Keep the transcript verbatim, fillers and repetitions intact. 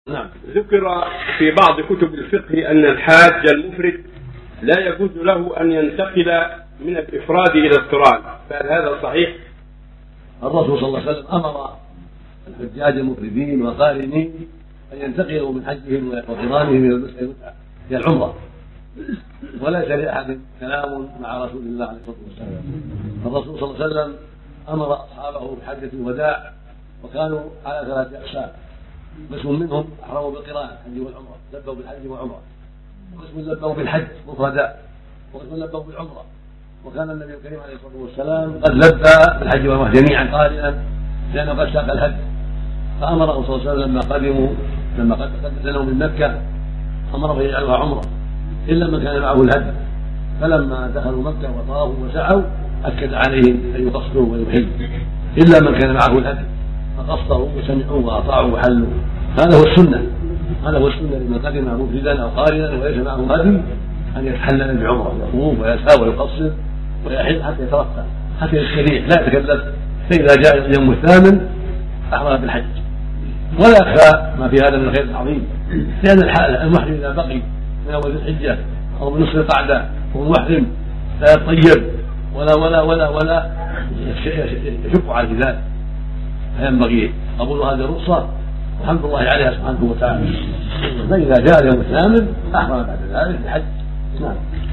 نعم. ذكر في بعض كتب الفقه أن الحاج المفرد لا يجوز له أن ينتقل من الإفراد إلى القران، فهل هذا صحيح؟ الرسول صلى الله عليه وسلم أمر الحجاج المفردين والقارنين أن ينتقلوا من حجهم وقرانهم إلى المسعى إلى العمرة، وليس لأحد كلام مع رسول الله عليه الصلاة والسلام. الرسول صلى الله عليه وسلم أمر أصحابه بحجة الوداع وكانوا على ثلاثة أقسام: قسم منهم أحرموا بالقران الحج والعمرة، لبوا بالحج والعمرة، وقسم لبوا بالحج مفردا، وقسم لبوا بالعمرة. وكان النبي الكريم عليه الصلاة والسلام قد لبى بالحج والعمرة جميعا قارنا لأنه قد ساق الحج، فأمره صلى الله عليه وسلم لما قدموا لما قد دنوا من مكة أمره يجعلها عمرة إلا من كان معه الهدي، فلما دخلوا مكة وطافوا وسعوا أكد عليهم أن يقصروا ويحلوا إلا من كان معه الهدي، فقصروا وسمعوا وأطاعوا وحلوا. هذا هو السنة، هذا هو السنة لمن قدم مفردا أو قارنا وليس معه هدي أن يتحلل بعمرة، يطوف ويسعى ويقصر ويحل حتى يترفع حتى يستريح لا يتكلف، فإذا جاء اليوم الثامن أحرم بالحج. ولا يخفى ما في هذا من الخير العظيم، لأن الحال المحرم إذا بقي من أول الحجة أو من نصف القعدة وهو محرم لا يطيب ولا ولا ولا ولا يشق على ذلك، فينبغي قبول هذه الرخصة والحمد لله عليها سبحانه وتعالى. فإذا جاء اليوم الثامن أحرم بعد ذلك بالحج. نعم.